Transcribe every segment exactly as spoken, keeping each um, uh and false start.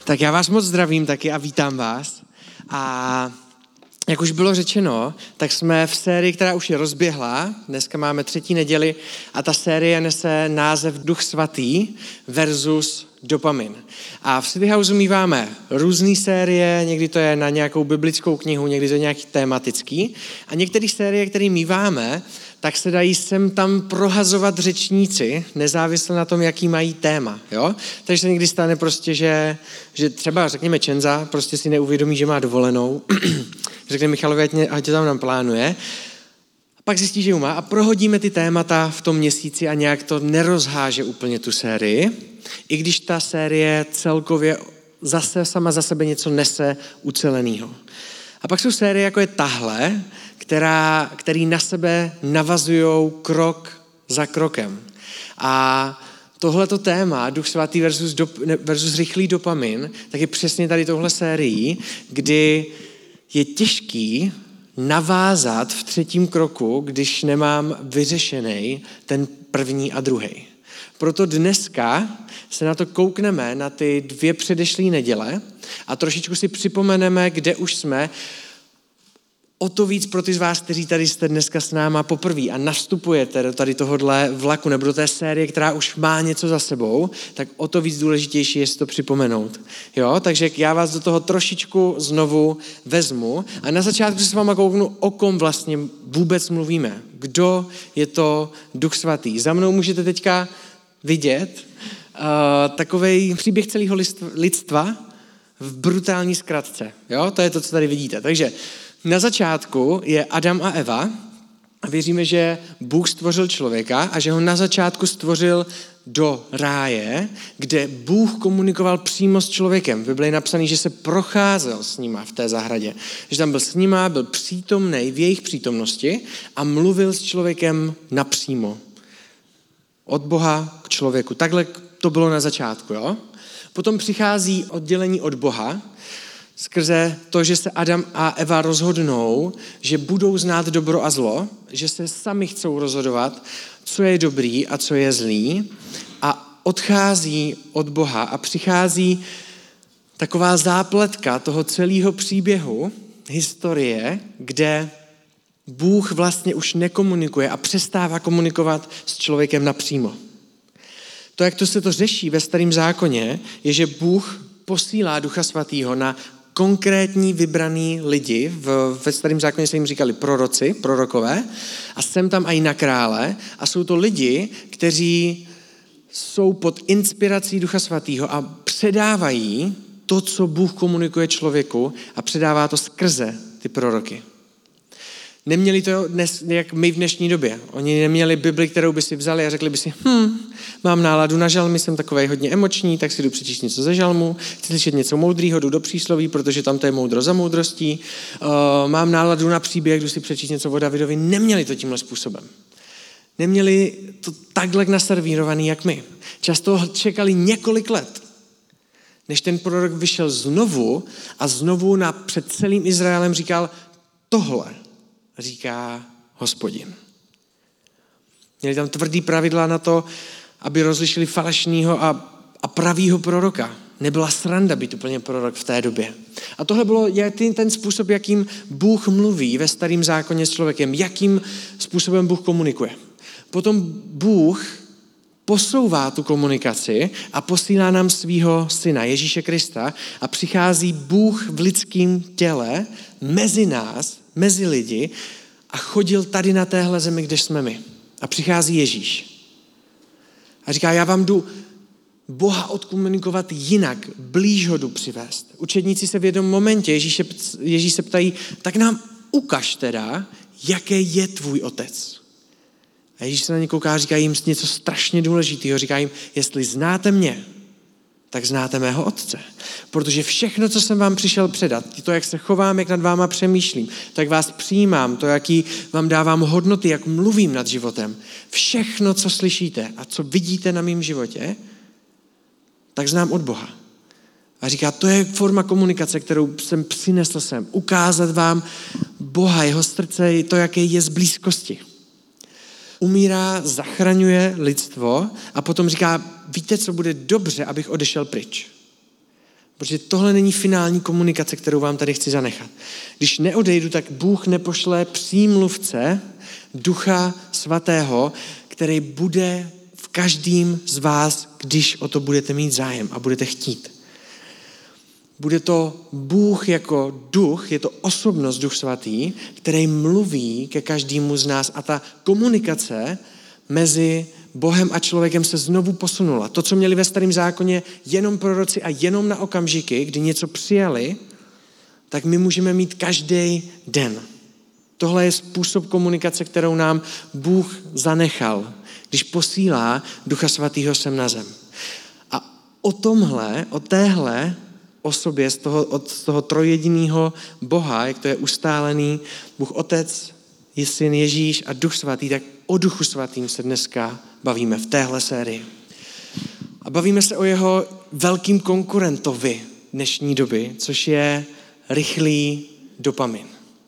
Tak já vás moc zdravím taky a vítám vás. A jak už bylo řečeno, tak jsme v sérii, která už je rozběhlá. Dneska máme třetí neděli a ta série nese název Duch svatý versus dopamin. A v City Houseu míváme různé série, někdy to je na nějakou biblickou knihu, někdy to je nějaký tematický. A některé série, které míváme, tak se dají sem tam prohazovat řečníci, nezávisle na tom, jaký mají téma. Jo? Takže se někdy stane prostě, že, že třeba, řekněme, Čenza prostě si neuvědomí, že má dovolenou, řekne Michalovi, ať tě tam naplánuje, a pak zjistí, že ju má a prohodíme ty témata v tom měsíci a nějak to nerozháže úplně tu sérii, i když ta série celkově zase sama za sebe něco nese ucelenýho. A pak jsou série, jako je tahle, která, který na sebe navazujou krok za krokem. A tohleto téma, Duch svatý versus, dop, versus rychlý dopamin, tak je přesně tady tohle sérií, kdy je těžký navázat v třetím kroku, když nemám vyřešený ten první a druhý. Proto dneska se na to koukneme na ty dvě předešlé neděle a trošičku si připomeneme, kde už jsme. O to víc pro ty z vás, kteří tady jste dneska s náma poprvé a nastupujete do tady tohohle vlaku nebo do té série, která už má něco za sebou, tak o to víc důležitější je si to připomenout. Jo? Takže já vás do toho trošičku znovu vezmu a na začátku si s váma kouknu, o kom vlastně vůbec mluvíme. Kdo je to Duch svatý? Za mnou můžete teďka vidět uh, takovej příběh celého lidstva v brutální zkratce. Jo? To je to, co tady vidíte. Takže na začátku je Adam a Eva a věříme, že Bůh stvořil člověka a že ho na začátku stvořil do ráje, kde Bůh komunikoval přímo s člověkem. V Bibli je napsaný, že se procházel s nima v té zahradě. Že tam byl s nima, byl přítomnej v jejich přítomnosti a mluvil s člověkem napřímo. Od Boha k člověku. Takhle to bylo na začátku. Jo? Potom přichází oddělení od Boha, skrze to, že se Adam a Eva rozhodnou, že budou znát dobro a zlo, že se sami chcou rozhodovat, co je dobrý a co je zlý a odchází od Boha a přichází taková zápletka toho celého příběhu, historie, kde Bůh vlastně už nekomunikuje a přestává komunikovat s člověkem napřímo. To, jak to se to řeší ve Starém zákoně, je, že Bůh posílá Ducha svatýho na konkrétní vybraný lidi, v, ve Starém zákoně se jim říkali proroci, prorokové, a sem tam i na krále, a jsou to lidi, kteří jsou pod inspirací Ducha svatýho a předávají to, co Bůh komunikuje člověku a předává to skrze ty proroky. Neměli to dnes, jak my v dnešní době. Oni neměli Bibli, kterou by si vzali a řekli by si, hm, mám náladu na žalmy, jsem takovej hodně emoční, tak si jdu přečíst něco ze žalmu, chci slyšet něco moudrýho, jdu do přísloví, protože tam to je moudro za moudrostí, uh, mám náladu na příběh, jdu si přečíst něco o Davidovi. Neměli to tímhle způsobem. Neměli to takhle naservírovaný, jak my. Často čekali několik let, než ten prorok vyšel znovu a znovu na, před celým Izraelem říkal tohle. Říká Hospodin. Měli tam tvrdý pravidla na to, aby rozlišili falešnýho a, a pravýho proroka. Nebyla sranda být úplně prorok v té době. A tohle bylo ten způsob, jakým Bůh mluví ve Starém zákoně s člověkem, jakým způsobem Bůh komunikuje. Potom Bůh posouvá tu komunikaci a posílá nám svýho syna Ježíše Krista a přichází Bůh v lidském těle mezi nás, mezi lidi a chodil tady na téhle zemi, kde jsme my. A přichází Ježíš. A říká, já vám jdu Boha odkomunikovat jinak, blíž ho jdu přivést. Učedníci se v jednom momentě, Ježíše, Ježíš se ptají, tak nám ukaž teda, jaký je tvůj otec. A Ježíš se na ně kouká a říká jim něco strašně důležitého. Říká jim, jestli znáte mě, tak znáte mého otce. Protože všechno, co jsem vám přišel předat, to, jak se chovám, jak nad váma přemýšlím, to, jak vás přijímám, to, jaký vám dávám hodnoty, jak mluvím nad životem, všechno, co slyšíte a co vidíte na mém životě, tak znám od Boha. A říká, to je forma komunikace, kterou jsem přinesl sem. Ukázat vám Boha, jeho srdce, to, jaké je z blízkosti. Umírá, zachraňuje lidstvo a potom říká, víte, co bude dobře, abych odešel pryč. Protože tohle není finální komunikace, kterou vám tady chci zanechat. Když neodejdu, tak Bůh nepošle přímluvce Ducha Svatého, který bude v každém z vás, když o to budete mít zájem a budete chtít. Bude to Bůh jako duch, je to osobnost, Duch Svatý, který mluví ke každému z nás a ta komunikace mezi Bohem a člověkem se znovu posunula. To, co měli ve Starém zákoně jenom proroci a jenom na okamžiky, kdy něco přijali, tak my můžeme mít každý den. Tohle je způsob komunikace, kterou nám Bůh zanechal, když posílá Ducha Svatého sem na zem. A o tomhle, o téhle osobě z toho, od z toho trojjediného Boha, jak to je ustálený, Bůh Otec, je Syn Ježíš a Duch Svatý, tak o Duchu Svatým se dneska bavíme v téhle sérii. A bavíme se o jeho velkým konkurentovi dnešní doby, což je rychlý dopamin.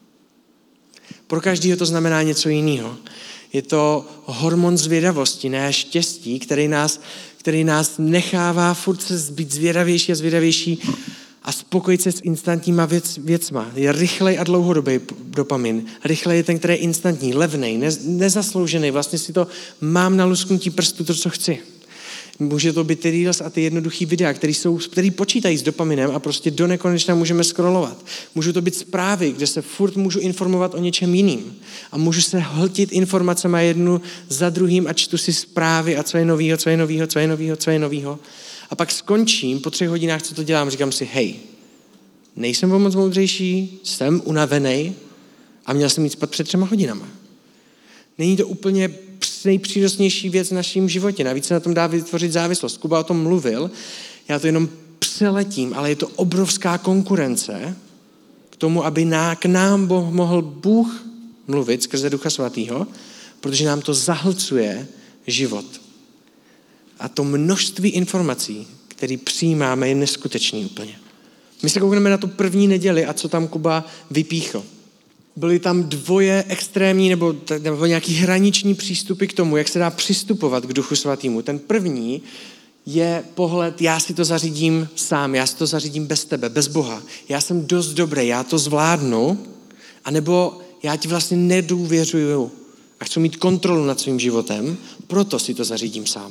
Pro každého to znamená něco jiného. Je to hormon zvědavosti, ne štěstí, který nás, který nás nechává furt se být zvědavější a zvědavější a spokojit se s instantníma věc, věcma. Je rychlej a dlouhodobý dopamin. Rychlej je ten, který je instantní, levnej, ne, nezasloužený. Vlastně si to mám na lusknutí prstu, to, co chci. Může to být ty reels a ty jednoduchý videa, který, jsou, který počítají s dopaminem a prostě do nekonečna můžeme scrollovat. Můžou to být zprávy, kde se furt můžu informovat o něčem jiným. A můžu se hltit informacema jednu za druhým a čtu si zprávy a co je novýho, co je novýho, co je novýho, co je novýho. A pak skončím, po třech hodinách, co to dělám, říkám si, hej, nejsem moc moudřejší, jsem unavenej a měl jsem jít spát před třema hodinama. Není to úplně nejpřírodnější věc v našem životě. Navíc se na tom dá vytvořit závislost. Kuba o tom mluvil, já to jenom přeletím, ale je to obrovská konkurence k tomu, aby ná, k nám Boh, mohl Bůh mluvit skrze Ducha Svatého, protože nám to zahlcuje život. A to množství informací, které přijímáme, je neskutečný úplně. My se koukneme na tu první neděli a co tam Kuba vypíchl. Byly tam dvoje extrémní nebo, nebo nějaký hraniční přístupy k tomu, jak se dá přistupovat k Duchu Svatému. Ten první je pohled, já si to zařídím sám, já si to zařídím bez tebe, bez Boha. Já jsem dost dobrý, já to zvládnu, anebo já ti vlastně nedůvěřuju a chci mít kontrolu nad svým životem, proto si to zařídím sám.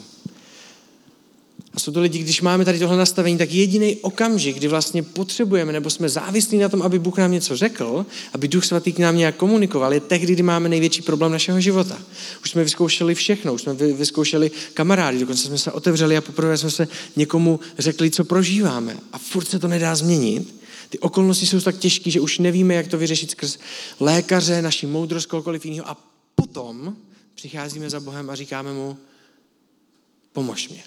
A jsou to lidi, když máme tady tohle nastavení, tak jediný okamžik, kdy vlastně potřebujeme, nebo jsme závislí na tom, aby Bůh nám něco řekl, aby Duch Svatý k nám nějak komunikoval, je tehdy, kdy máme největší problém našeho života. Už jsme vyzkoušeli všechno, už jsme vyzkoušeli kamarády, dokonce jsme se otevřeli a poprvé jsme se někomu řekli, co prožíváme. A furt se to nedá změnit. Ty okolnosti jsou tak těžké, že už nevíme, jak to vyřešit skrz lékaře, naši moudrost, kohokoliv jiného. A potom přicházíme za Bohem a říkáme mu, pomož mě.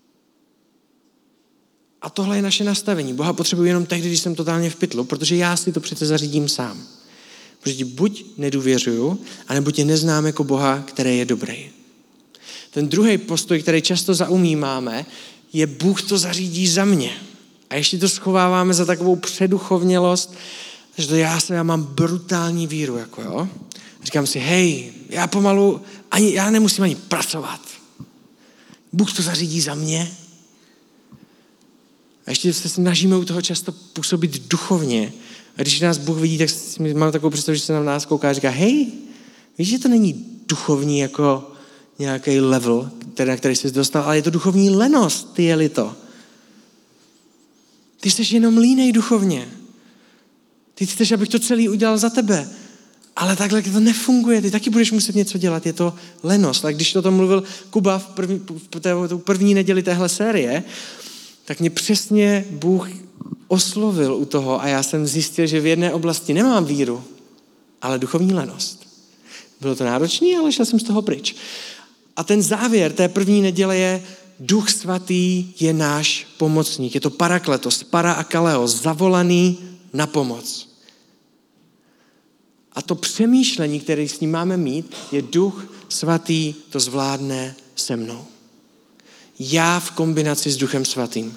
A tohle je naše nastavení. Boha potřebuji jenom tehdy, když jsem totálně v pytlu, protože já si to přece zařídím sám. Protože ti buď nedůvěřuju, anebo tě neznám jako Boha, který je dobrý. Ten druhý postoj, který často zaumímáme, je Bůh to zařídí za mě. A ještě to schováváme za takovou předuchovnělost, že to já, se, já mám brutální víru. Jako jo. Říkám si, hej, já pomalu, ani, já nemusím ani pracovat. Bůh to zařídí za mě. A ještě se snažíme u toho často působit duchovně. A když nás Bůh vidí, tak mám takovou představu, že se na nás kouká a říká, hej, víš, že to není duchovní jako nějaký level, který, na který jsi dostal, ale je to duchovní lenost, ty je-li to. Ty jsi jenom línej duchovně. Ty chceš, abych to celý udělal za tebe. Ale takhle to nefunguje, ty taky budeš muset něco dělat, je to lenost. A když o tom mluvil Kuba v první, v té, první neděli téhle série, tak mě přesně Bůh oslovil u toho a já jsem zjistil, že v jedné oblasti nemám víru, ale duchovní lenost. Bylo to náročné, ale šel jsem z toho pryč. A ten závěr té první neděle je, Duch Svatý je náš pomocník. Je to parakletos, para a kaleo, zavolaný na pomoc. A to přemýšlení, které s ním máme mít, je Duch Svatý to zvládne se mnou. Já v kombinaci s Duchem Svatým.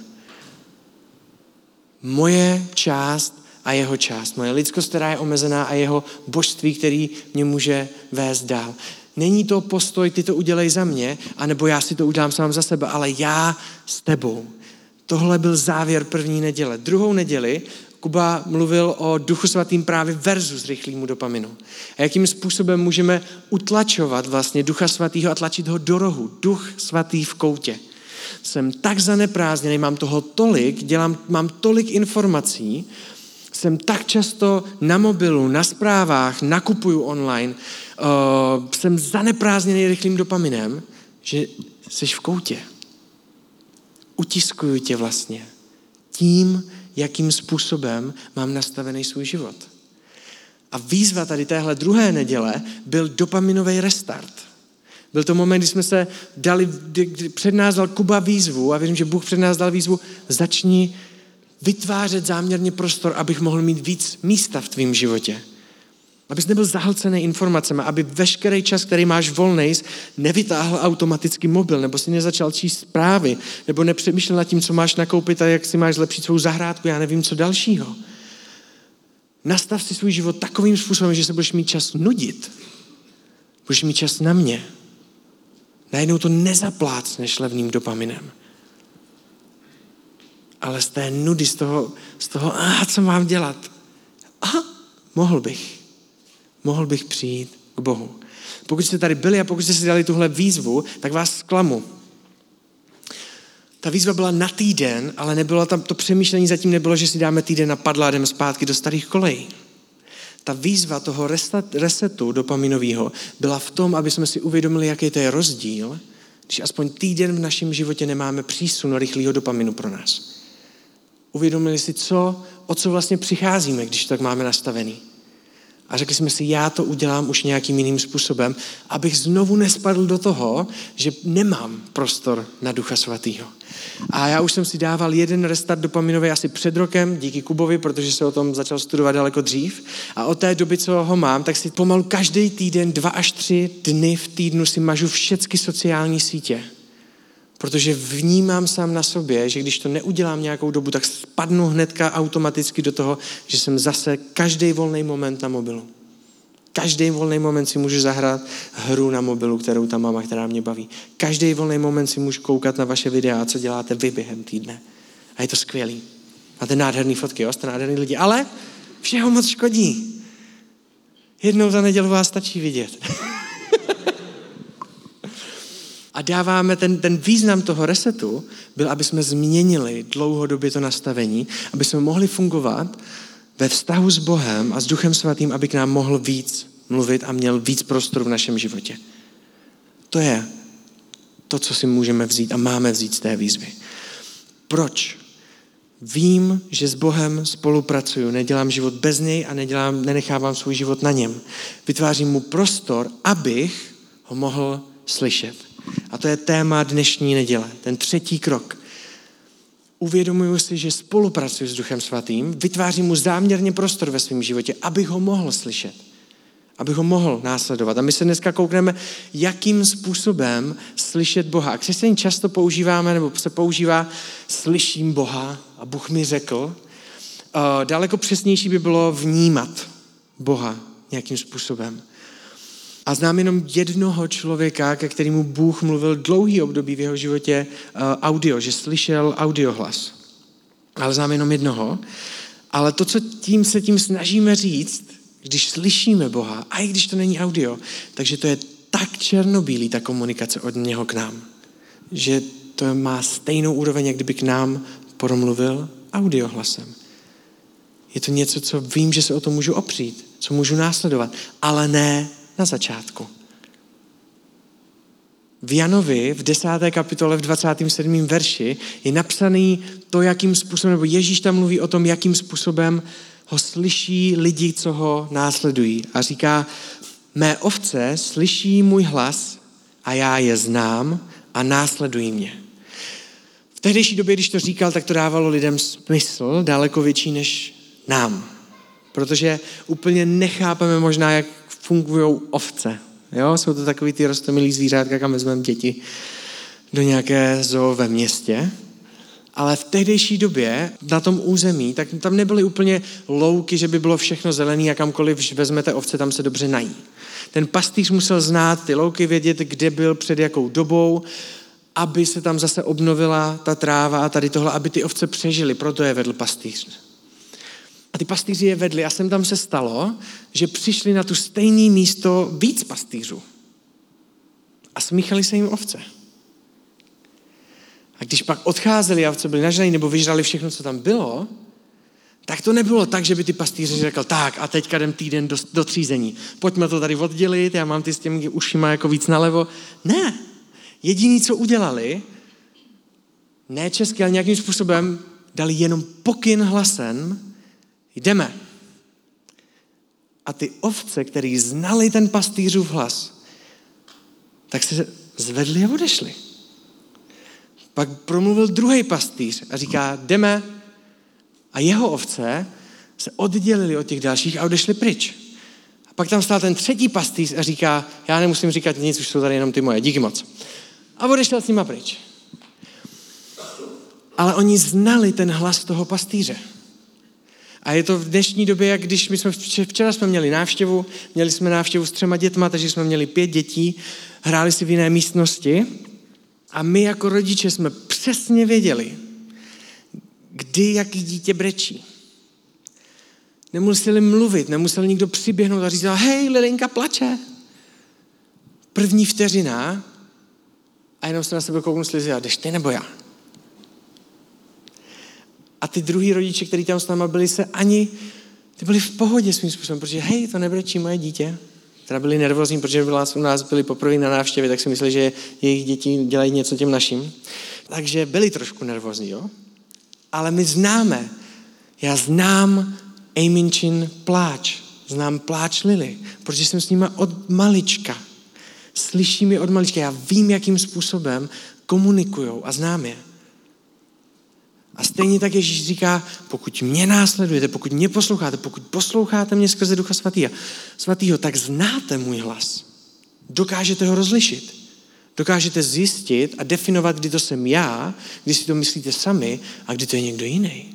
Moje část a jeho část. Moje lidskost, která je omezená a jeho božství, který mě může vést dál. Není to postoj, ty to udělej za mě, anebo já si to udělám sám za sebe, ale já s tebou. Tohle byl závěr první neděle. Druhou neděli Kuba mluvil o Duchu svatým právě versus rychlému dopaminu. A jakým způsobem můžeme utlačovat vlastně Ducha svatýho a tlačit ho do rohu. Duch svatý v koutě. Jsem tak zaneprázdněný, mám toho tolik, dělám, mám tolik informací, jsem tak často na mobilu, na zprávách, nakupuju online, uh, jsem zaneprázdněný rychlým dopaminem, že jsi v koutě. Utiskuju tě vlastně tím, jakým způsobem mám nastavený svůj život. A výzva tady téhle druhé neděle byl dopaminový restart. Byl to moment, kdy jsme se dali, kdy před nás dal Kuba výzvu a věřím, že Bůh před nás dal výzvu, začni vytvářet záměrně prostor, abych mohl mít víc místa v tvém životě. Abys nebyl zahlcený informacemi, aby veškerý čas, který máš volnej, nevytáhl automaticky mobil, nebo si nezačal číst zprávy, nebo nepřemýšlel nad tím, co máš nakoupit a jak si máš zlepšit svou zahrádku, já nevím, co dalšího. Nastav si svůj život takovým způsobem, že se budeš mít čas nudit. Budeš mít čas na mě. Najednou to nezaplácneš levným dopaminem. Ale z té nudy, z toho, z toho a co mám dělat? Aha, mohl bych. Mohl bych přijít k Bohu. Pokud jste tady byli a pokud jste si dali tuhle výzvu, tak vás zklamu. Ta výzva byla na týden, ale nebylo tam, to přemýšlení zatím nebylo, že si dáme týden na padla a jdeme zpátky do starých kolejí. Ta výzva toho resetu dopaminového byla v tom, aby jsme si uvědomili, jaký to je rozdíl, když aspoň týden v našem životě nemáme přísun rychlého dopaminu pro nás. Uvědomili si, co, o co vlastně přicházíme, když tak máme nastavený. A řekli jsme si, já to udělám už nějakým jiným způsobem, abych znovu nespadl do toho, že nemám prostor na Ducha svatýho. A já už jsem si dával jeden restart dopaminový asi před rokem, díky Kubovi, protože se o tom začal studovat daleko dřív. A od té doby, co ho mám, tak si pomalu každý týden, dva až tři dny v týdnu si mažu všechny sociální sítě. Protože vnímám sám na sobě, že když to neudělám nějakou dobu, tak spadnu hnedka automaticky do toho, že jsem zase každý volný moment na mobilu. Každý volný moment si můžu zahrát hru na mobilu, kterou tam mám a která mě baví. Každý volný moment si můžu koukat na vaše videa, co děláte vy během týdne. A je to skvělý. Máte nádherný fotky, jo? Jste nádherný lidi. Ale všeho moc škodí. Jednou za neděli vás stačí vidět. A dáváme ten, ten význam toho resetu, byl, aby jsme změnili dlouhodobě to nastavení, aby jsme mohli fungovat ve vztahu s Bohem a s Duchem svatým, aby k nám mohl víc mluvit a měl víc prostoru v našem životě. To je to, co si můžeme vzít a máme vzít z té výzvy. Proč? Vím, že s Bohem spolupracuju, nedělám život bez něj a nedělám, nenechávám svůj život na něm. Vytvářím mu prostor, abych ho mohl slyšet. A to je téma dnešní neděle, ten třetí krok. Uvědomuju si, že spolupracuji s Duchem svatým, vytvářím mu záměrně prostor ve svém životě, abych ho mohl slyšet, abych ho mohl následovat. A my se dneska koukneme, jakým způsobem slyšet Boha. Křesťané často používáme, nebo se používá slyším Boha a Bůh mi řekl. Daleko přesnější by bylo vnímat Boha nějakým způsobem. A znám jenom jednoho člověka, ke kterému Bůh mluvil dlouhý období v jeho životě uh, audio, že slyšel audiohlas. Ale znám jenom jednoho. Ale to, co tím se tím snažíme říct, když slyšíme Boha, a i když to není audio, takže to je tak černobílý ta komunikace od něho k nám, že to má stejnou úroveň, jak kdyby k nám promluvil audiohlasem. Je to něco, co vím, že se o to můžu opřít, co můžu následovat, ale ne na začátku. V Janovi v desáté kapitole v dvacátém sedmém verši je napsaný to, jakým způsobem, nebo Ježíš tam mluví o tom, jakým způsobem ho slyší lidi, co ho následují. A říká, mé ovce slyší můj hlas a já je znám a následují mě. V tehdejší době, když to říkal, tak to dávalo lidem smysl, daleko větší než nám. Protože úplně nechápeme možná, jak fungují ovce. Jo? Jsou to takový ty roztomilý zvířátka, kam vezmeme děti do nějaké zoo ve městě. Ale v tehdejší době na tom území, tak tam nebyly úplně louky, že by bylo všechno zelený a kamkoliv vezmete ovce, tam se dobře nají. Ten pastýř musel znát ty louky, vědět, kde byl před jakou dobou aby se tam zase obnovila ta tráva a tady tohle, aby ty ovce přežily, proto je vedl pastýř. A ty pastýři je vedli a sem tam se stalo, že přišli na tu stejné místo víc pastýřů. A smíchali se jim ovce. A když pak odcházeli a ovce byly nažraný nebo vyžrali všechno, co tam bylo, tak to nebylo tak, že by ty pastýři řekl, tak a teďka jdem týden do, do třízení. Pojďme to tady oddělit, já mám ty s těmi ušima jako víc nalevo. Ne. Jediný, co udělali, ne česky, ale nějakým způsobem dali jenom pokyn hlasem, jdeme. A ty ovce, který znali ten pastýřův hlas, tak se zvedli a odešli. Pak promluvil druhý pastýř a říká, jdeme. A jeho ovce se oddělili od těch dalších a odešli pryč. A pak tam stál ten třetí pastýř a říká, já nemusím říkat nic, už jsou tady jenom ty moje, díky moc. A odešel s nima pryč. Ale oni znali ten hlas toho pastýře. A je to v dnešní době, jak když my jsme včera jsme měli návštěvu, měli jsme návštěvu s třema dětma, takže jsme měli pět dětí, hráli si v jiné místnosti a my jako rodiče jsme přesně věděli, kdy jaký dítě brečí. Nemuseli mluvit, nemusel nikdo přiběhnout a říct, hej, Lilinka plače. První vteřina a jenom se na sebe kouknu slizy a jdeš ty nebo já. A ty druhý rodiče, kteří tam s náma byli, se ani, ty byli v pohodě svým způsobem, protože hej, to nebrečí moje dítě. Teda byli nervózní, protože u nás byli poprvé na návštěvě, tak si mysleli, že jejich děti dělají něco těm našim. Takže byli trošku nervózní, jo? Ale my známe, já znám Ejminčin pláč, znám pláč Lily, protože jsem s nima od malička. Slyším je od malička, já vím, jakým způsobem komunikujou a znám je. A stejně tak Ježíš říká, pokud mě následujete, pokud mě posloucháte, pokud posloucháte mě skrze Ducha Svatýho, Svatýho, tak znáte můj hlas. Dokážete ho rozlišit. Dokážete zjistit a definovat, kdy to jsem já, kdy si to myslíte sami a kdy to je někdo jiný.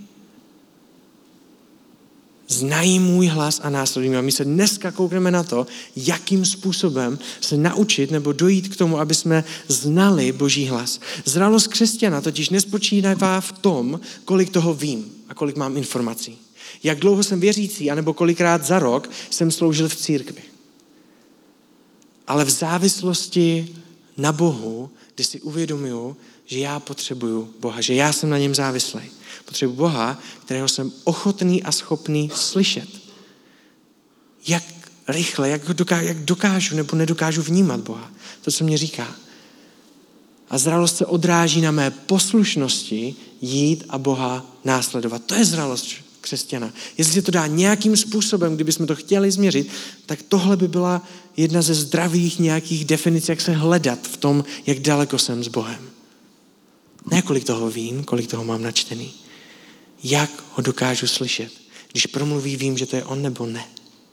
Znají můj hlas a následují. A my se dneska koukneme na to, jakým způsobem se naučit nebo dojít k tomu, aby jsme znali Boží hlas. Zralost křesťana totiž nespočívá v tom, kolik toho vím a kolik mám informací. Jak dlouho jsem věřící, anebo kolikrát za rok jsem sloužil v církvi. Ale v závislosti na Bohu, kdy si uvědomuju, že já potřebuju Boha, že já jsem na něm závislý. Potřebuji Boha, kterého jsem ochotný a schopný slyšet. Jak rychle, jak, dokážu, jak dokážu nebo nedokážu vnímat Boha. To, co mě říká. A zralost se odráží na mé poslušnosti jít a Boha následovat. To je zralost křesťana. Jestli se to dá nějakým způsobem, kdybychom to chtěli změřit, tak tohle by byla jedna ze zdravých nějakých definic, jak se hledat v tom, jak daleko jsem s Bohem. Ne kolik toho vím, kolik toho mám načtený. Jak ho dokážu slyšet. Když promluví, vím, že to je on nebo ne.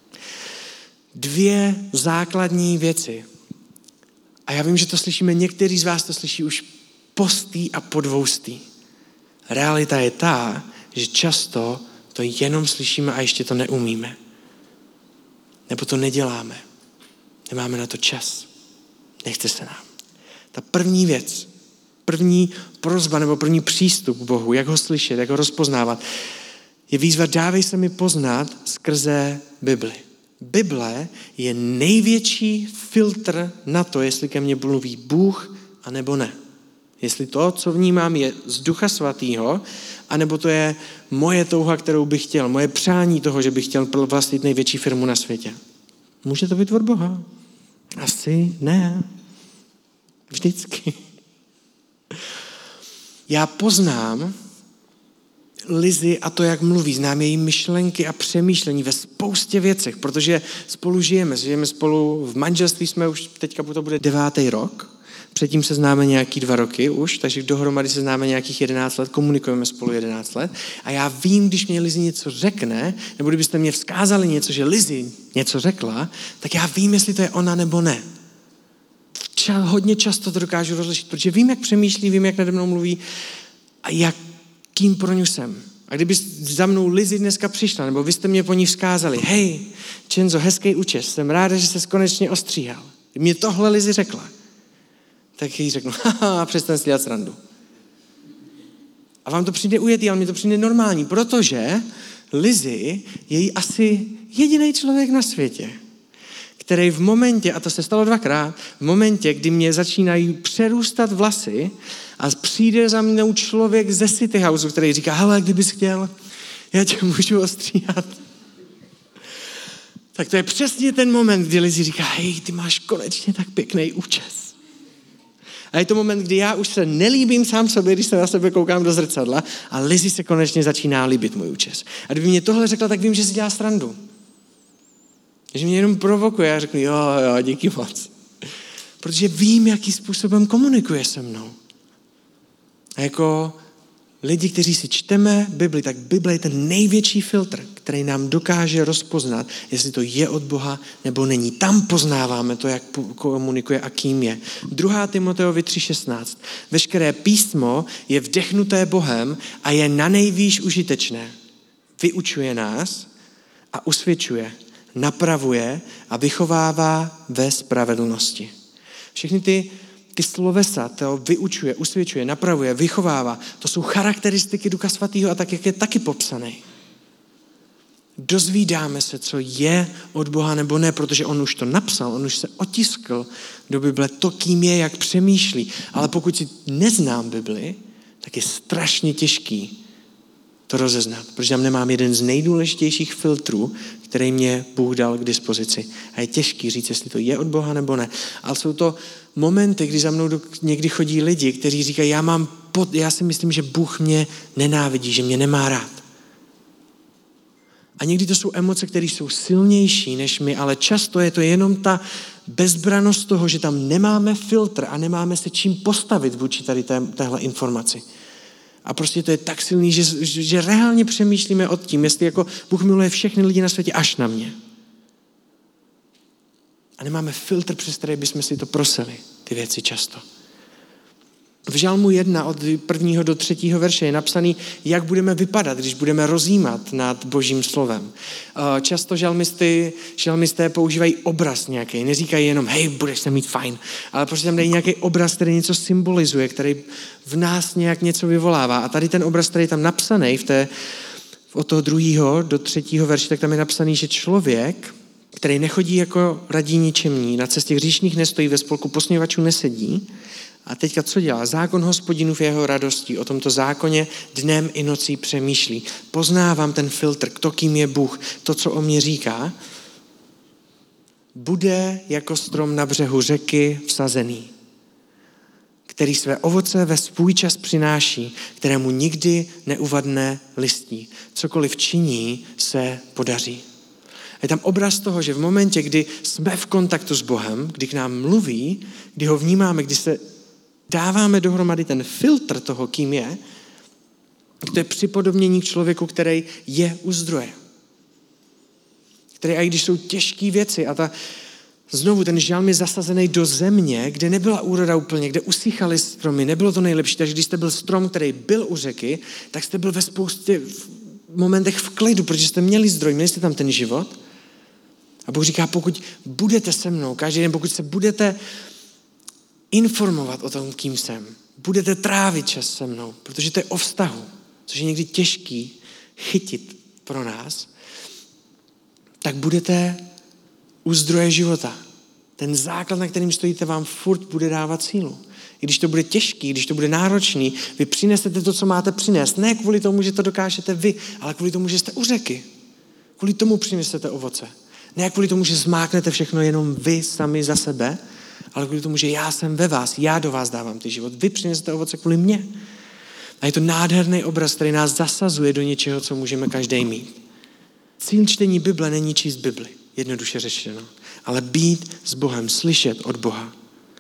Dvě základní věci. A já vím, že to slyšíme, někteří z vás to slyší už postý a podvoustý. Realita je ta, že často to jenom slyšíme a ještě to neumíme. Nebo to neděláme. Nemáme na to čas. Nechce se nám. Ta první věc, první prosba nebo první přístup k Bohu, jak ho slyšet, jak ho rozpoznávat, je výzva, dávej se mi poznat skrze Bibli. Bible je největší filtr na to, jestli ke mně mluví Bůh, anebo ne. Jestli to, co vnímám, je z Ducha Svatýho, anebo to je moje touha, kterou bych chtěl, moje přání toho, že bych chtěl vlastnit největší firmu na světě. Může to být od Boha? Asi ne. Vždycky. Já poznám Lizy a to, jak mluví, znám její myšlenky a přemýšlení ve spoustě věcech, protože spolu žijeme, žijeme spolu v manželství, jsme už teďka to bude devátý rok, předtím se známe nějaký dva roky už, takže dohromady se známe nějakých jedenáct let, komunikujeme spolu jedenáct let a já vím, když mě Lizy něco řekne, nebo kdybyste mě vzkázali něco, že Lizy něco řekla, tak já vím, jestli to je ona nebo ne. Ča, hodně často to dokážu rozlišit, protože vím, jak přemýšlí, vím, jak nade mnou mluví a jakým pro ňu jsem. A kdyby za mnou Lizy dneska přišla, nebo vy jste mě po ní vzkázali, hej, Čenzo, hezký účes, jsem ráda, že ses konečně ostříhal. Mě tohle Lizy řekla. tak jí řeknu, haha, přestaň si dělat srandu. A vám to přijde ujetý, ale mi to přijde normální, protože Lizzy je asi jediný člověk na světě, který v momentě, a to se stalo dvakrát, v momentě, kdy mě začínají přerůstat vlasy a přijde za mnou člověk ze City Houseu, který říká, hele, kdybys chtěl, já tě můžu ostříhat. Tak to je přesně ten moment, kdy Lizzy říká, hej, ty máš konečně tak pěkný účes. A je to moment, kdy já už se nelíbím sám sobě, když se na sebe koukám do zrcadla a Lizzy se konečně začíná líbit můj účes. A kdyby mě tohle řekla, tak vím, že si dělá srandu. Že mě jenom provokuje a řeknu, jo, jo, díky moc. Protože vím, jakým způsobem komunikuje se mnou. A jako lidi, kteří si čteme Bibli, tak Bible je ten největší filtr, který nám dokáže rozpoznat, jestli to je od Boha nebo není. Tam poznáváme to, jak komunikuje a kým je. druhá Timoteovi tři šestnáct. Veškeré písmo je vdechnuté Bohem a je na nejvýš užitečné. Vyučuje nás a usvědčuje, napravuje a vychovává ve spravedlnosti. Všechny ty Ty slovesa, to vyučuje, usvědčuje, napravuje, vychovává, to jsou charakteristiky Ducha Svatého a tak, jak je taky popsaný. Dozvídáme se, co je od Boha nebo ne, protože on už to napsal, on už se otiskl do Bible to, kým je, jak přemýšlí. Ale pokud si neznám Bibli, tak je strašně těžký to rozeznat, protože tam nemám jeden z nejdůležitějších filtrů, který mě Bůh dal k dispozici. A je těžký říct, jestli to je od Boha nebo ne. Ale jsou to momenty, kdy za mnou někdy chodí lidi, kteří říkají, já, mám pod, já si myslím, že Bůh mě nenávidí, že mě nemá rád. A někdy to jsou emoce, které jsou silnější než my, ale často je to jenom ta bezbranost toho, že tam nemáme filtr a nemáme se čím postavit vůči tady té, téhle informaci. A prostě to je tak silný, že, že, že reálně přemýšlíme o tím, jestli jako Bůh miluje všechny lidi na světě až na mě. A nemáme filtr, přes který bychom si to prosili, ty věci často. V Žalmu jedna od prvního do třetího verše je napsaný, jak budeme vypadat, když budeme rozjímat nad Božím slovem. Často žalmisty, žalmisté používají obraz nějaký, neříkají jenom, hej, budeš se mít fajn, ale prostě tam dají nějaký obraz, který něco symbolizuje, který v nás nějak něco vyvolává. A tady ten obraz, který je tam napsaný v té, od toho druhého do třetího verše, tak tam je napsaný, že člověk, který nechodí jako radí ničemní, na cestě hříšných nestojí, ve spolku posměvačů nesedí. A teďka co dělá? Zákon Hospodinův je jeho radostí. O tomto zákoně dnem i nocí přemýšlí. Poznávám ten filtr, to, kým je Bůh, to, co o mě říká. Bude jako strom na břehu řeky vsazený, který své ovoce ve svůj čas přináší, kterému nikdy neuvadne listí. Cokoliv činí, se podaří. Je tam obraz toho, že v momentě, kdy jsme v kontaktu s Bohem, kdy k nám mluví, kdy ho vnímáme, kdy se dáváme dohromady ten filtr toho, kým je, to je připodobnění k člověku, který je u zdroje. Který, i když jsou těžké věci a ta, znovu ten žalm je zasazený do země, kde nebyla úroda úplně, kde usychaly stromy, nebylo to nejlepší, takže když jste byl strom, který byl u řeky, tak jste byl ve spoustě momentech v klidu, protože jste měli zdroj, měli jste tam ten život. A Bůh říká, pokud budete se mnou, každý den, pokud se budete informovat o tom, kým jsem, budete trávit čas se mnou, protože to je o vztahu, což je někdy těžký chytit pro nás, tak budete u zdroje života. Ten základ, na kterým stojíte, vám furt bude dávat sílu. I když to bude těžký, když to bude náročný, vy přinesete to, co máte přinést. Ne kvůli tomu, že to dokážete vy, ale kvůli tomu, že jste u řeky. Kvůli tomu přinesete ovoce. Ne kvůli tomu, že zmáknete všechno jenom vy sami za sebe, ale kvůli tomu, že já jsem ve vás, já do vás dávám ty život. Vy přinesete ovoce kvůli mně. A je to nádherný obraz, který nás zasazuje do něčeho, co můžeme každý mít. Cíl čtení Bible není číst Bibli, jednoduše řečeno, ale být s Bohem, slyšet od Boha.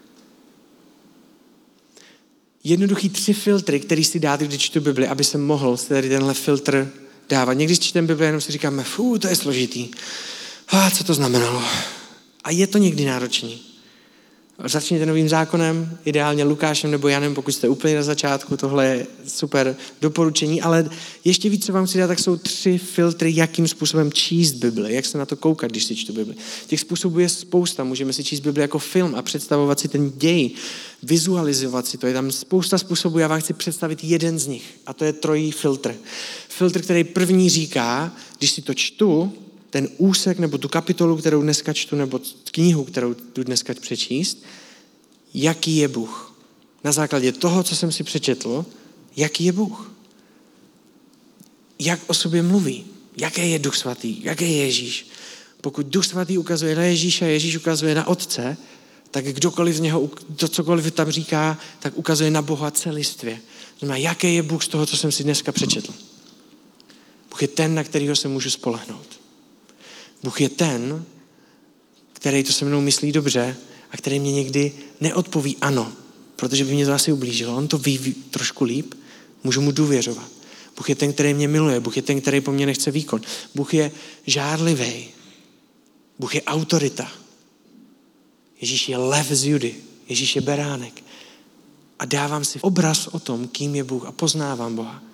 Jednoduchý tři filtry, který si dáte, když čtu Bibli, aby se mohl tady tenhle filtr dávat. Někdy čteme Bibli, jenom si říkáme, fů, to je složitý. A co to znamenalo? A je to někdy náročný. Začněte Novým zákonem, ideálně Lukášem nebo Janem, pokud jste úplně na začátku, tohle je super doporučení, ale ještě víc, co vám chci dát, tak jsou tři filtry, jakým způsobem číst Bibli, jak se na to koukat, když si čtu Bibli. Těch způsobů je spousta, můžeme si číst Bibli jako film a představovat si ten děj, vizualizovat si to, je tam spousta způsobů, já vám chci představit jeden z nich a to je trojí filtr. Filtr, který první říká, když si to čtu, ten úsek nebo tu kapitolu, kterou dneska čtu, nebo knihu, kterou jdu dneska přečíst, jaký je Bůh. Na základě toho, co jsem si přečetl, jaký je Bůh. Jak o sobě mluví. Jaký je Duch svatý, jaký je Ježíš. Pokud Duch svatý ukazuje na Ježíše a Ježíš ukazuje na Otce, tak kdokoliv z něho, to cokoliv tam říká, tak ukazuje na Boha celistvě. Znamená, jaký je Bůh z toho, co jsem si dneska přečetl. Bůh je ten, na kterého se můžu spolehnout. Bůh je ten, který to se mnou myslí dobře a který mě někdy neodpoví ano, protože by mě to asi ublížilo. On to ví, ví trošku líp, můžu mu důvěřovat. Bůh je ten, který mě miluje, Bůh je ten, který po mně nechce výkon. Bůh je žárlivý. Bůh je autorita. Ježíš je lev z Judy. Ježíš je beránek. A dávám si obraz o tom, kým je Bůh a poznávám Boha.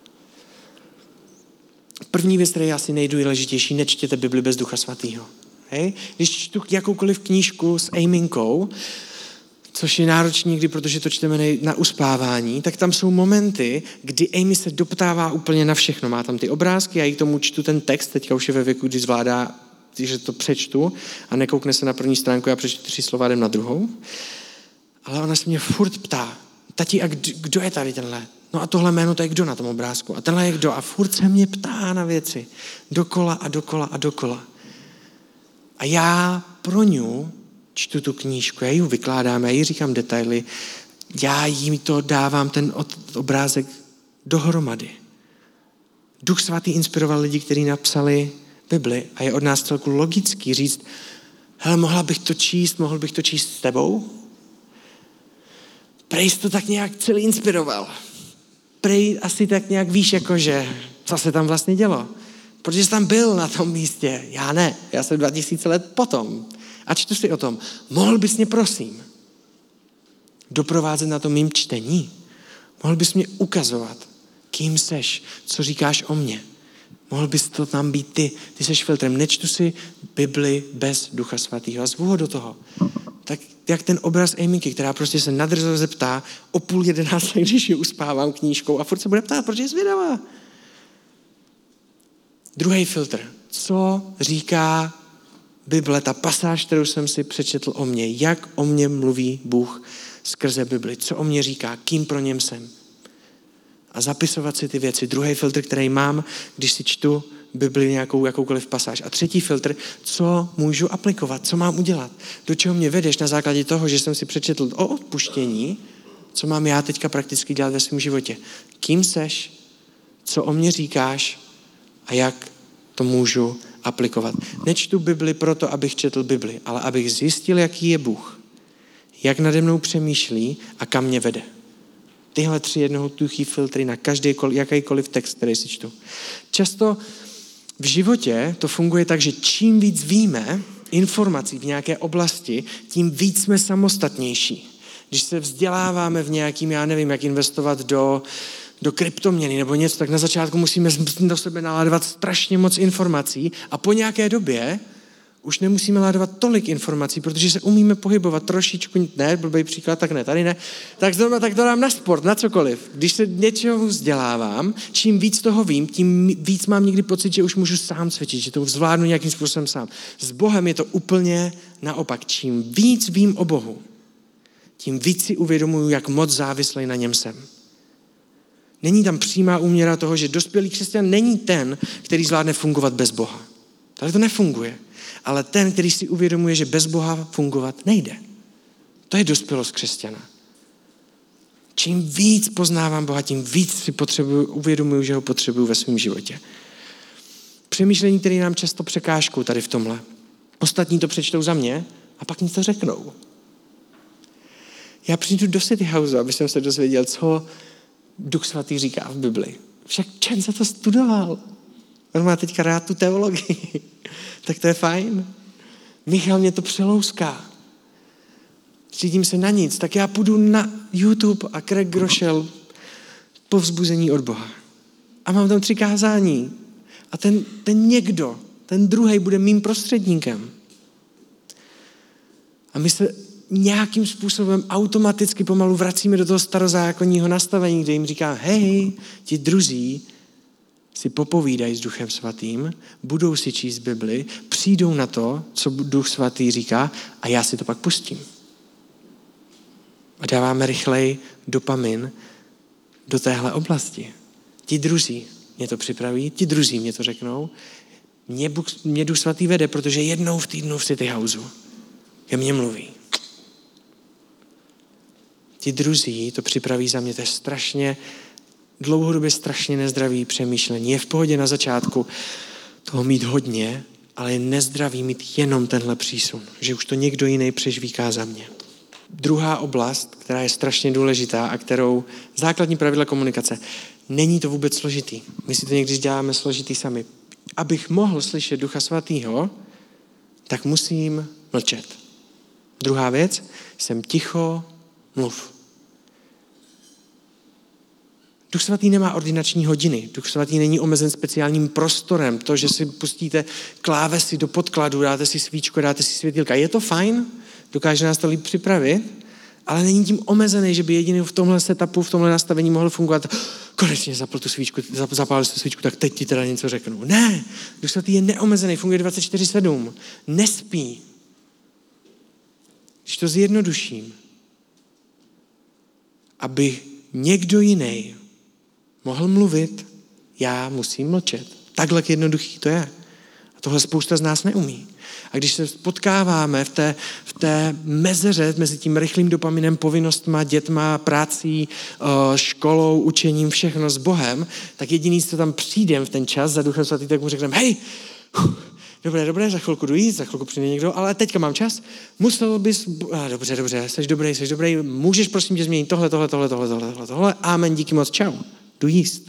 První věc, která je asi nejdůležitější, nečtěte Bibli bez Ducha svatého. Hej? Když čtu jakoukoliv knížku s Aiminkou, což je náročný někdy, protože to čteme na uspávání, tak tam jsou momenty, kdy Amy se doptává úplně na všechno. Má tam ty obrázky, já jí k tomu čtu ten text, teďka už je ve věku, kdy zvládá, že to přečtu a nekoukne se na první stránku, já přečtu tři slova, jdem na druhou. Ale ona se mě furt ptá, tati, a kdo je tady tenhle? No a tohle jméno, to je kdo na tom obrázku? A tenhle je kdo? A furt se mě ptá na věci. Dokola a dokola a dokola. A já pro ňu čtu tu knížku, já ji vykládám, já jí říkám detaily, já jí to dávám ten obrázek dohromady. Duch svatý inspiroval lidi, kteří napsali Bibli a je od nás celku logický říct, hele, mohla bych to číst, mohl bych to číst s tebou? Prej jsi to tak nějak celý inspiroval. Prej asi tak nějak víš, jakože, co se tam vlastně dělo. Protože jsi tam byl na tom místě. Já ne, já jsem dva tisíce let potom. A čtu si o tom. Mohl bys mě, prosím, doprovázet na tom mým čtení? Mohl bys mě ukazovat, kým seš, co říkáš o mně? Mohl bys to tam být ty. Ty seš filtrem. Nečtu si Bibli bez Ducha svatého a zvu ho do toho. Tak jak ten obraz Aminky, která prostě se nadrzo zeptá o půl jedenácté, když ji uspávám knížkou a furt se bude ptát, protože je zvědavá. Druhý filtr. Co říká Bible, ta pasáž, kterou jsem si přečetl o mně? Jak o mně mluví Bůh skrze Bibli? Co o mně říká? Kým pro něm jsem? A zapisovat si ty věci. Druhý filtr, který mám, když si čtu Bibli nějakou jakoukoliv pasáž. A třetí filtr, co můžu aplikovat, co mám udělat. Do čeho mě vedeš na základě toho, že jsem si přečetl o odpuštění, co mám já teďka prakticky dělat ve svém životě. Kým seš, co o mě říkáš a jak to můžu aplikovat. Nečtu Bibli proto, abych četl Bibli, ale abych zjistil, jaký je Bůh, jak nade mnou přemýšlí a kam mě vede. Tyhle tři jednotuchý filtry na každý, jakýkoliv text, který si čtu. Často v životě to funguje tak, že čím víc víme informací v nějaké oblasti, tím víc jsme samostatnější. Když se vzděláváme v nějakým, já nevím, jak investovat do, do kryptoměny nebo něco, tak na začátku musíme do sebe naládovat strašně moc informací a po nějaké době už nemusíme ládovat tolik informací, protože se umíme pohybovat trošičku, ne, blbý příklad, tak ne, tady ne, tak zrovna tak to dám na sport, na cokoliv. Když se něčeho vzdělávám, čím víc toho vím, tím víc mám někdy pocit, že už můžu sám cvičit, že to zvládnu nějakým způsobem sám. S Bohem je to úplně naopak. Čím víc vím o Bohu, tím víc si uvědomuju, jak moc závislý na něm jsem. Není tam přímá úměra toho, že dospělý křesťan není ten, který zvládne fungovat bez Boha. Tady to nefunguje. Ale ten, který si uvědomuje, že bez Boha fungovat nejde. To je dospělost křesťana. Čím víc poznávám Boha, tím víc si potřebuju, uvědomuju, že ho potřebuju ve svém životě. Přemýšlení, které nám často překážkou tady v tomhle. Ostatní to přečtou za mě a pak mi to řeknou. Já přijdu do City House, aby jsem se dozvěděl, co Duch svatý říká v Bibli. Však čem se to studoval? On má teďka rád tu teologii. Tak to je fajn. Michal mě to přelouská. Střídím se na nic, tak já půjdu na YouTube a Craig Groeschel povzbuzení od Boha. A mám tam tři kázání. A ten, ten někdo, ten druhej bude mým prostředníkem. A my se nějakým způsobem automaticky pomalu vracíme do toho starozákonního nastavení, kde jim říká, hej, ti druzí si popovídají s Duchem Svatým, budou si číst Bibli, přijdou na to, co Duch Svatý říká a já si to pak pustím. A dáváme rychleji dopamin do téhle oblasti. Ti druzí mě to připraví, ti druzí mě to řeknou, mě, mě Duch Svatý vede, protože jednou v týdnu v City Houseu ke mně mluví. Ti druzí to připraví za mě, to je strašně, dlouhodobě strašně nezdravý přemýšlení. Je v pohodě na začátku toho mít hodně, ale je nezdravý mít jenom tenhle přísun, že už to někdo jiný přežvíká za mě. Druhá oblast, která je strašně důležitá a kterou základní pravidla komunikace, není to vůbec složitý. My si to někdy děláme složitý sami. Abych mohl slyšet Ducha Svatýho, tak musím mlčet. Druhá věc, jsem ticho, mluv. Duch Svatý nemá ordinační hodiny. Duch Svatý není omezen speciálním prostorem. To, že si pustíte klávesy do podkladu, dáte si svíčku, dáte si světýlka. Je to fajn, dokáže nás to líp připravit, ale není tím omezený, že by jediný v tomhle setupu, v tomhle nastavení mohl fungovat. Konečně zapal tu svíčku, zapálil tu svíčku, tak teď ti teda něco řeknu. Ne, Duch Svatý je neomezený, funguje dvacet čtyři sedm. Nespí. Když to zjednoduším, aby někdo jiný mohl mluvit, já musím mlčet. Takhle jednoduchý to je. A tohle spousta z nás neumí. A když se potkáváme v té, v té mezeře mezi tím rychlým dopaminem, povinnostma, dětma, prací, školou, učením, všechno s Bohem, tak jediný, co tam přijdem v ten čas za Duchem Svatým, tak mu řekneme, hej, dobré, dobré, za chvilku jdu jít, za chvilku přijde někdo, ale teďka mám čas, musel bys, a dobře, dobře, jsi dobrý, jsi dobrý, můžeš prosím tě změnit tohle, tohle, tohle, tohle, tohle, tohle, tohle, amen, díky moc, čau, jdu jíst.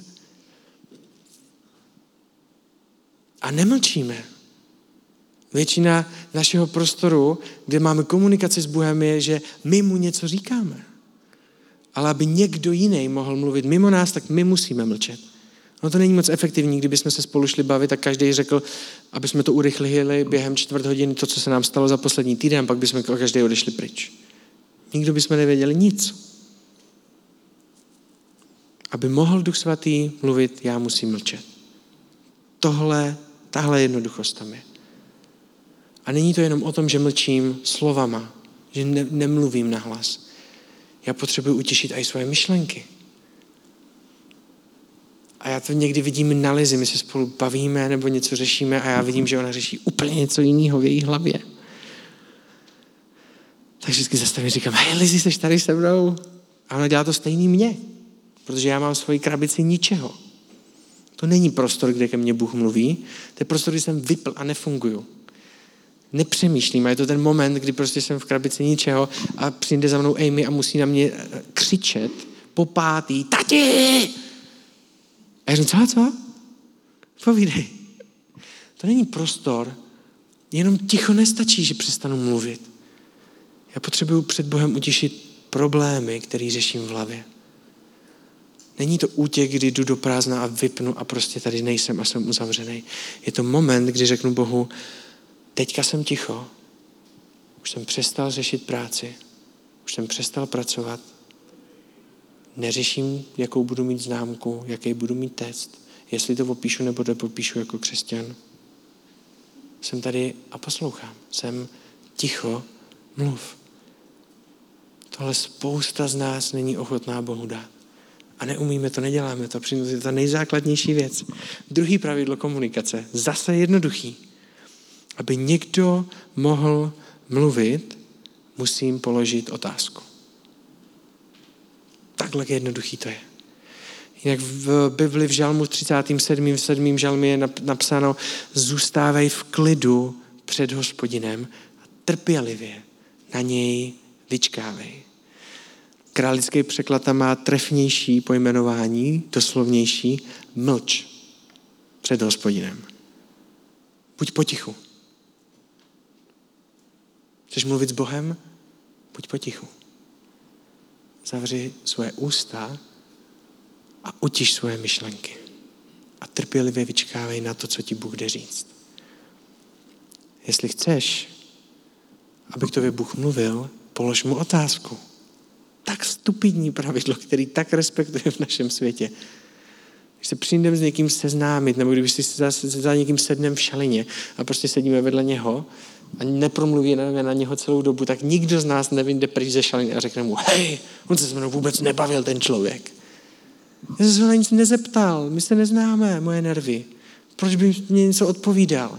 A nemlčíme. Většina našeho prostoru, kde máme komunikaci s Bohem, je, že my mu něco říkáme. Ale aby někdo jiný mohl mluvit mimo nás, tak my musíme mlčet. No to není moc efektivní, kdyby jsme se spolu šli bavit, tak každý řekl, aby jsme to urychlili během čtvrt hodiny, to, co se nám stalo za poslední týden, pak bychom každý odešli pryč. Nikdo bychom nevěděli nic. Aby mohl Duch Svatý mluvit, já musím mlčet. Tohle, tahle jednoduchost tam je. A není to jenom o tom, že mlčím slovama, že ne, nemluvím nahlas. Já potřebuji utěšit i svoje myšlenky. A já to někdy vidím na Lizi, my se spolu bavíme nebo něco řešíme a já vidím, že ona řeší úplně něco jiného v její hlavě. Tak vždycky zastavím a říkám, hej Lizi, jsi tady se mnou? A ona dělá to stejný mě, protože já mám svoji krabici ničeho. To není prostor, kde ke mně Bůh mluví, to je prostor, kde jsem vypl a nefunguju. Nepřemýšlím a je to ten moment, kdy prostě jsem v krabici ničeho a přijde za mnou Amy a musí na mě křičet po pátý, tati! A já říkám, co, co? Povídej. To není prostor, jenom ticho nestačí, že přestanu mluvit. Já potřebuju před Bohem utěšit problémy, které řeším v hlavě. Není to útěk, kdy jdu do prázdna a vypnu a prostě tady nejsem a jsem uzavřený. Je to moment, kdy řeknu Bohu, teďka jsem ticho, už jsem přestal řešit práci, už jsem přestal pracovat, neřeším, jakou budu mít známku, jaký budu mít test, jestli to opíšu nebo nepopíšu jako křesťan. Jsem tady a poslouchám. Jsem ticho, mluv. Tohle spousta z nás není ochotná Bohu dát. A neumíme to, neděláme to. Přitom je to nejzákladnější věc. Druhý pravidlo komunikace. Zase jednoduchý. Aby někdo mohl mluvit, musím položit otázku. Takhle jednoduchý to je. Jinak v Bibli v žalmu třicátém sedmém v sedmém žalmě je napsáno zůstávej v klidu před Hospodinem a trpělivě na něj vyčkávej. Králický překlad tam má trefnější pojmenování, doslovnější, mlč před Hospodinem. Buď potichu. Chceš mluvit s Bohem? buď potichu. Zavři svoje ústa a utiš svoje myšlenky. A trpělivě vyčkávej na to, co ti Bůh jde říct. Jestli chceš, aby k tobě Bůh mluvil, polož mu otázku. Tak stupidní pravidlo, který tak respektuje v našem světě. Když se přijdeme s někým seznámit, nebo když si za, za někým sedneme v šalině a prostě sedíme vedle něho a nepromluvíme na něho celou dobu, tak nikdo z nás nevyjde pryč ze šaliny a řekne mu, hej, on se se mnou vůbec nebavil, ten člověk. Já jsem se na nic nezeptal, my se neznáme, moje nervy. Proč by mě něco odpovídal?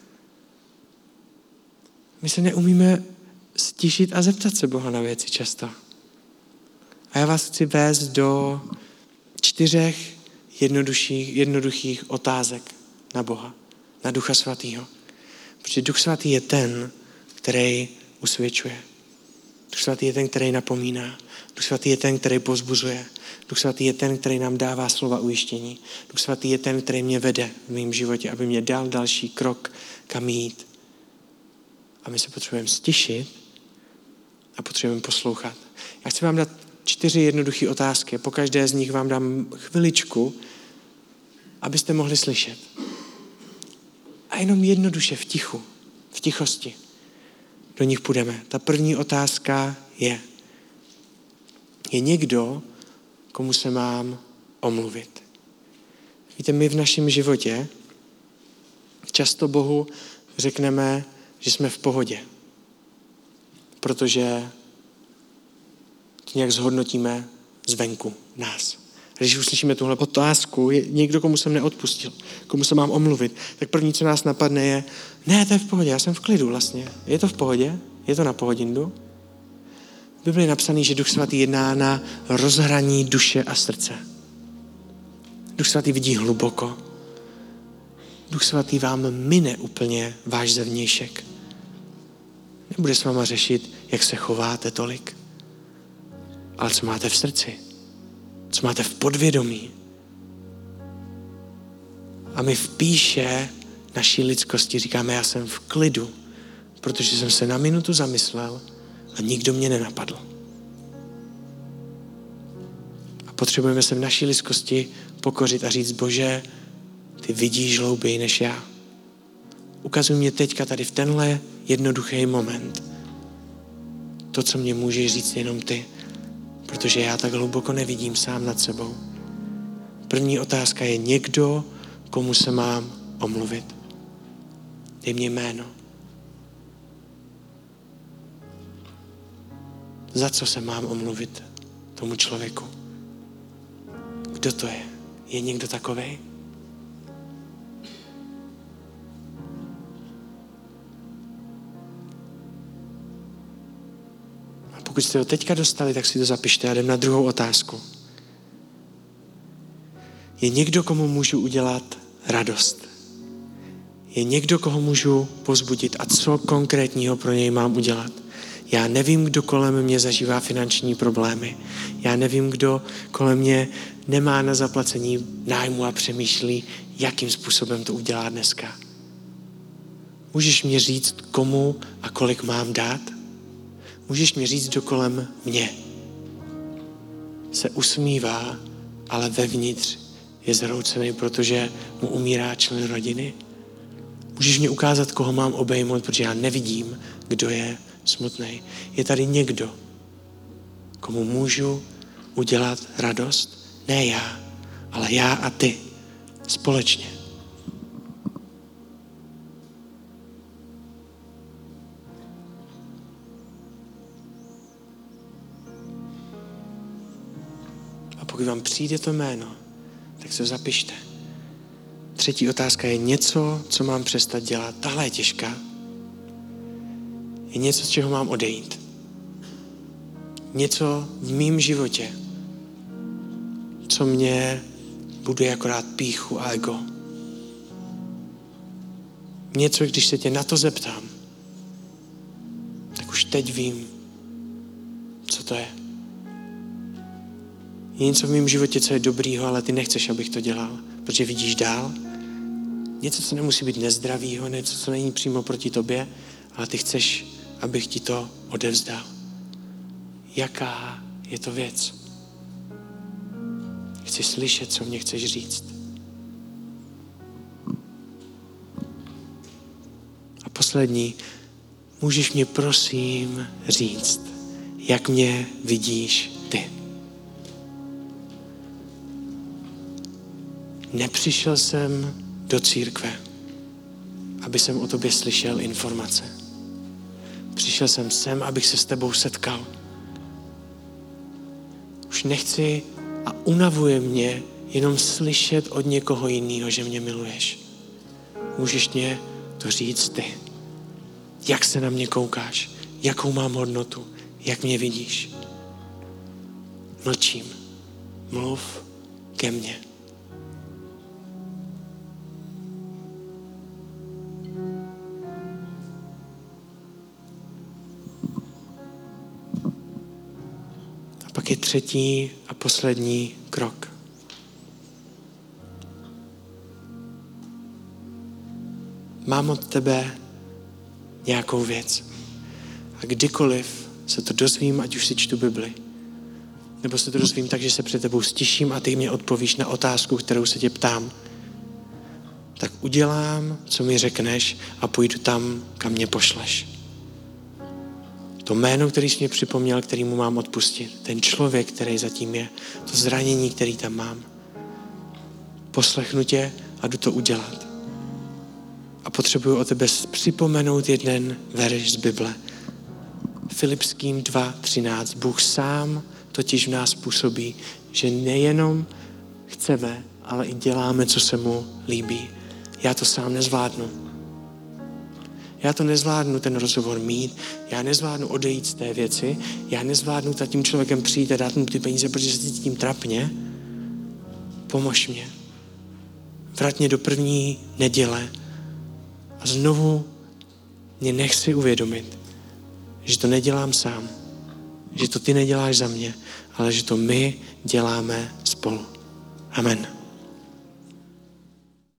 My se neumíme stišit a zeptat se Boha na věci často. A já vás chci vést do čtyřech jednoduchých, jednoduchých otázek na Boha, na Ducha Svatého. Protože Duch Svatý je ten, který usvědčuje. Duch Svatý je ten, který napomíná. Duch Svatý je ten, který povzbuzuje. Duch Svatý je ten, který nám dává slova ujištění. Duch Svatý je ten, který mě vede v mém životě, aby mě dal další krok, kam jít. A my se potřebujeme stišit a potřebujeme poslouchat. Já chci vám dát čtyři jednoduché otázky. Po každé z nich vám dám chviličku, abyste mohli slyšet. A jenom jednoduše v tichu, v tichosti do nich půjdeme. Ta první otázka je, je někdo, komu se mám omluvit? Víte, my v našem životě často Bohu řekneme, že jsme v pohodě, protože to nějak zhodnotíme zvenku nás. A když uslyšíme tuhle otázku, je někdo, komu jsem neodpustil, komu se mám omluvit, tak první, co nás napadne, je, ne, to je v pohodě, já jsem v klidu vlastně. Je to v pohodě? Je to na pohodindu? V Bibli je napsaný, že Duch Svatý jedná na rozhraní duše a srdce. Duch Svatý vidí hluboko. Duch Svatý vám mine úplně váš zevnějšek. Nebude s váma řešit, jak se chováte tolik, ale co máte v srdci, co máte v podvědomí. A my v píše naší lidskosti říkáme, já jsem v klidu, protože jsem se na minutu zamyslel a nikdo mě nenapadl. A potřebujeme se v naší lidskosti pokořit a říct, Bože, ty vidíš hlouběji než já. Ukazuj mě teďka tady v tenhle jednoduchý moment to, co mě můžeš říct jenom ty, protože já tak hluboko nevidím sám nad sebou. První otázka je někdo, komu se mám omluvit. Dej mě jméno. Za co se mám omluvit tomu člověku? Kdo to je? Je někdo takovej? A pokud jste ho teďka dostali, tak si to zapište a jdem na druhou otázku. Je někdo, komu můžu udělat radost? Je někdo, koho můžu povzbudit a co konkrétního pro něj mám udělat? Já nevím, kdo kolem mě zažívá finanční problémy. Já nevím, kdo kolem mě nemá na zaplacení nájmu a přemýšlí, jakým způsobem to udělá dneska. Můžeš mě říct, komu a kolik mám dát? Můžeš mi říct, kdo kolem mě se usmívá, ale vevnitř je zhroucený, protože mu umírá člen rodiny? Můžeš mi ukázat, koho mám obejmout, protože já nevidím, kdo je smutnej. Je tady někdo, komu můžu udělat radost? Ne já, ale já a ty. Společně. A pokud vám přijde to jméno, tak se zapište. Třetí otázka je něco, co mám přestat dělat. Tahle je těžká. Je něco, z čeho mám odejít. Něco v mém životě, co mě buduje akorát pýchu a ego. Něco, když se tě na to zeptám, tak už teď vím, co to je. Je něco v mém životě, co je dobrýho, ale ty nechceš, abych to dělal, protože vidíš dál. Něco, co nemusí být nezdravýho, něco, co není přímo proti tobě, ale ty chceš, abych ti to odevzdal. jaká je to věc. Chci slyšet, co mě chceš říct. A poslední, můžeš mě prosím říct, jak mě vidíš ty. Nepřišel jsem do církve, aby jsem o tobě slyšel informace. Přišel jsem sem, abych se s tebou setkal. Už nechci a unavuje mě jenom slyšet od někoho jiného, že mě miluješ. Můžeš mě to říct ty. Jak se na mě koukáš? Jakou mám hodnotu? Jak mě vidíš? Mlčím. Mluv ke mně. A pak je třetí a poslední krok. Mám od tebe nějakou věc. A kdykoliv se to dozvím, ať už si čtu Bibli, nebo se to dozvím tak, že se před tebou stiším a ty mě odpovíš na otázku, kterou se tě ptám, tak udělám, co mi řekneš a půjdu tam, kam mě pošleš. To jméno, který jsi mě připomněl, kterýmu mám odpustit. Ten člověk, který zatím je. To zranění, který tam mám. Poslechnu tě a jdu to udělat. A potřebuju o tebe připomenout jeden verš z Bible. Filipským dva třináct. Bůh sám totiž v nás působí, že nejenom chceme, ale i děláme, co se mu líbí. Já to sám nezvládnu. Já to nezvládnu ten rozhovor mít, já nezvládnu odejít z té věci, já nezvládnu za tím člověkem přijít a dát mu ty peníze, protože se cítím trapně. Pomož mě. Vrať mě do první neděle a znovu mě nechci uvědomit, že to nedělám sám, že to ty neděláš za mě, ale že to my děláme spolu. Amen.